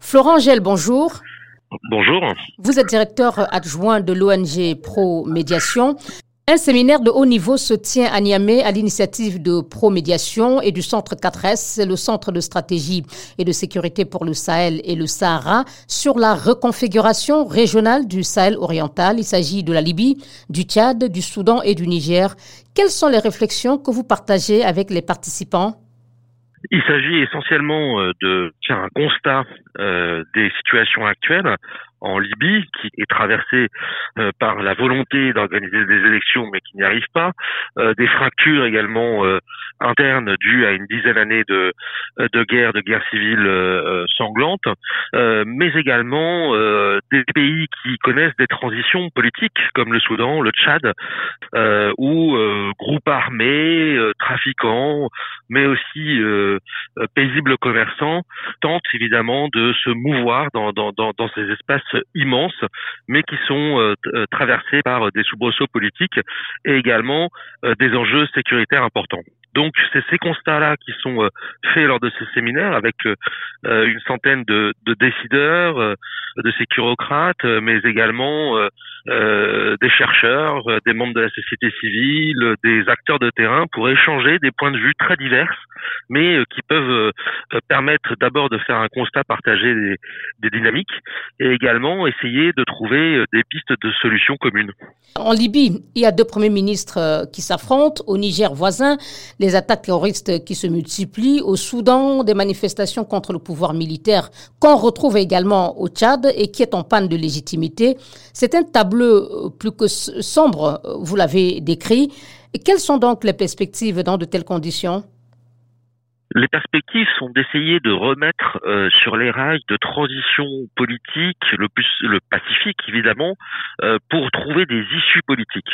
Florent Gel, bonjour. Bonjour. Vous êtes directeur adjoint de l'ONG Pro-Médiation. Un séminaire de haut niveau se tient à Niamey à l'initiative de Pro-Médiation et du Centre 4S, c'est le Centre de stratégie et de sécurité pour le Sahel et le Sahara, sur la reconfiguration régionale du Sahel oriental. Il s'agit de la Libye, du Tchad, du Soudan et du Niger. Quelles sont les réflexions que vous partagez avec les participants ? Il s'agit essentiellement de faire un constat des situations actuelles en Libye, qui est traversée par la volonté d'organiser des élections, mais qui n'y arrive pas, des fractures également internes dues à une dizaine d'années de guerre civile sanglante, mais également des pays qui connaissent des transitions politiques, comme le Soudan, le Tchad, où groupes armés, trafiquants, mais aussi paisibles commerçants tentent évidemment de se mouvoir dans ces espaces immenses, mais qui sont traversés par des soubresauts politiques et également des enjeux sécuritaires importants. Donc, c'est ces constats-là qui sont faits lors de ces séminaires avec une centaine de décideurs, de sécurocrates, mais également des chercheurs, des membres de la société civile, des acteurs de terrain pour échanger des points de vue très divers, mais qui peuvent permettre d'abord de faire un constat partagé des dynamiques et également essayer de trouver des pistes de solutions communes. En Libye, il y a deux premiers ministres qui s'affrontent. Au Niger voisin, les attaques terroristes qui se multiplient. Au Soudan, des manifestations contre le pouvoir militaire qu'on retrouve également au Tchad et qui est en panne de légitimité. C'est un tableau plus que sombre, vous l'avez décrit. Et quelles sont donc les perspectives dans de telles conditions ? Les perspectives sont d'essayer de remettre sur les rails de transition politique le pacifique évidemment pour trouver des issues politiques.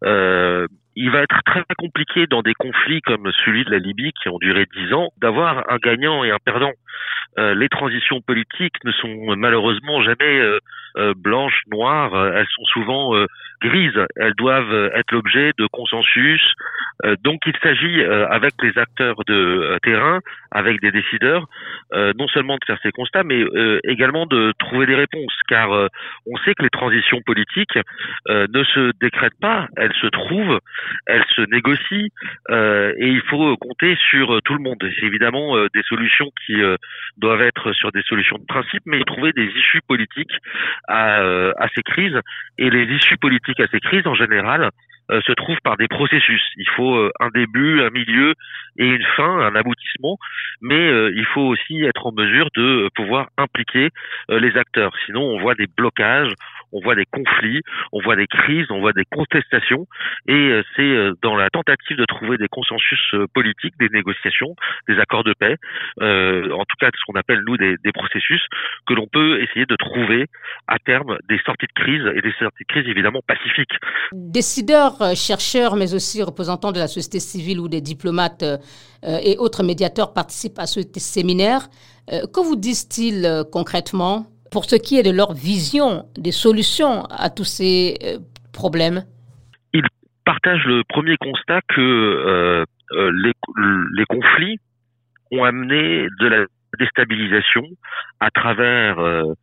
Il va être très compliqué dans des conflits comme celui de la Libye qui ont duré 10 ans d'avoir un gagnant et un perdant. Les transitions politiques ne sont malheureusement jamais blanches, noires, elles sont souvent grises. Elles doivent être l'objet de consensus. Donc il s'agit avec les acteurs de terrain, avec des décideurs, non seulement de faire ces constats, mais également de trouver des réponses. Car on sait que les transitions politiques ne se décrètent pas, elles se trouvent, elles se négocient, et il faut compter sur tout le monde. C'est évidemment des solutions qui doivent être sur des solutions de principe, mais trouver des issues politiques à ces crises. Et les issues politiques à ces crises, en général, se trouvent par des processus. Il faut un début, un milieu et une fin, un aboutissement, mais il faut aussi être en mesure de pouvoir impliquer les acteurs. Sinon, on voit des blocages, on voit des conflits, on voit des crises, on voit des contestations, et c'est dans la tentative de trouver des consensus politiques, des négociations, des accords de paix, en tout cas ce qu'on appelle nous des processus, que l'on peut essayer de trouver à terme des sorties de crise, et des sorties de crise évidemment pacifiques. Décideurs, chercheurs, mais aussi représentants de la société civile ou des diplomates et autres médiateurs participent à ce séminaire. Que vous disent-ils concrètement pour ce qui est de leur vision des solutions à tous ces problèmes? Ils partagent le premier constat que les conflits ont amené de la déstabilisation à travers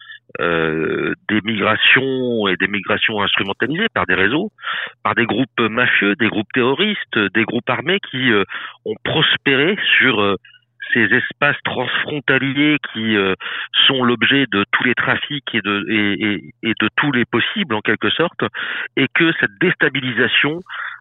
des migrations et des migrations instrumentalisées par des réseaux, par des groupes mafieux, des groupes terroristes, des groupes armés qui ont prospéré sur ces espaces transfrontaliers qui sont l'objet de tous les trafics et de tous les possibles en quelque sorte, et que cette déstabilisation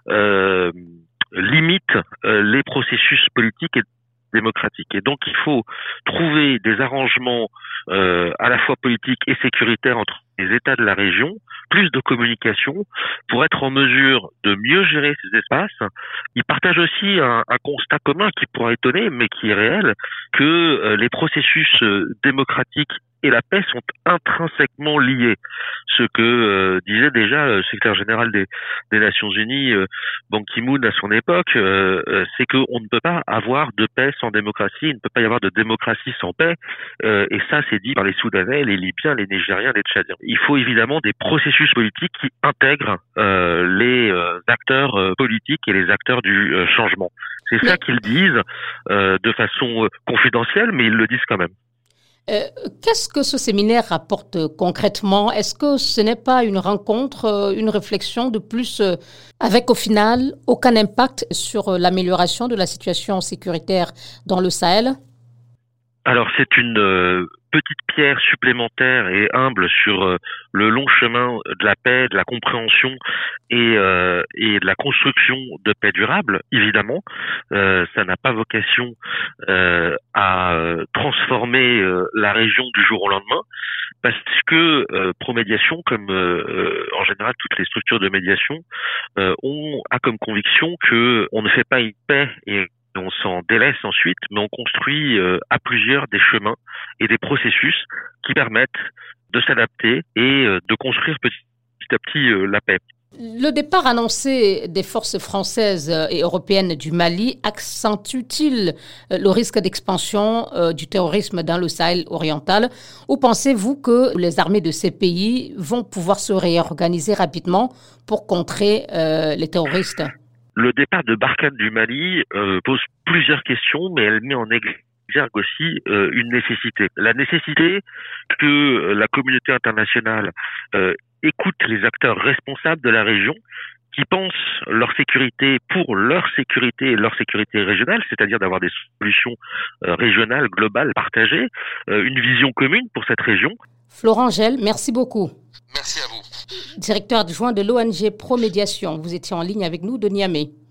limite les processus politiques et démocratiques. Et donc il faut trouver des arrangements à la fois politiques et sécuritaires entre les États de la région, plus de communication pour être en mesure de mieux gérer ces espaces. Ils partagent aussi un constat commun qui pourra étonner, mais qui est réel, que les processus démocratiques et la paix sont intrinsèquement liés. Ce que disait déjà le secrétaire général des Nations Unies, Ban Ki-moon à son époque, c'est qu'on ne peut pas avoir de paix sans démocratie, il ne peut pas y avoir de démocratie sans paix, et ça c'est dit par les Soudanais, les Libyens, les Nigériens, les Tchadiens. Il faut évidemment des processus politiques qui intègrent les acteurs politiques et les acteurs du changement. C'est ça qu'ils disent de façon confidentielle, mais ils le disent quand même. Qu'est-ce que ce séminaire rapporte concrètement? Est-ce que ce n'est pas une rencontre, une réflexion de plus avec au final aucun impact sur l'amélioration de la situation sécuritaire dans le Sahel? Alors c'est une petite pierre supplémentaire et humble sur le long chemin de la paix, de la compréhension et de la construction de paix durable. Évidemment, ça n'a pas vocation à transformer la région du jour au lendemain, parce que Promédiation, comme en général toutes les structures de médiation, a comme conviction que on ne fait pas une paix et on s'en délaisse ensuite, mais on construit à plusieurs des chemins et des processus qui permettent de s'adapter et de construire petit à petit la paix. Le départ annoncé des forces françaises et européennes du Mali accentue-t-il le risque d'expansion du terrorisme dans le Sahel oriental? Ou pensez-vous que les armées de ces pays vont pouvoir se réorganiser rapidement pour contrer les terroristes? Le départ de Barkhane du Mali pose plusieurs questions, mais elle met en exergue aussi une nécessité. La nécessité que la communauté internationale écoute les acteurs responsables de la région qui pensent leur sécurité pour leur sécurité et leur sécurité régionale, c'est-à-dire d'avoir des solutions régionales, globales, partagées, une vision commune pour cette région. Florent Gel, merci beaucoup. Merci à vous. Directeur adjoint de l'ONG Promédiation. Vous étiez en ligne avec nous de Niamey.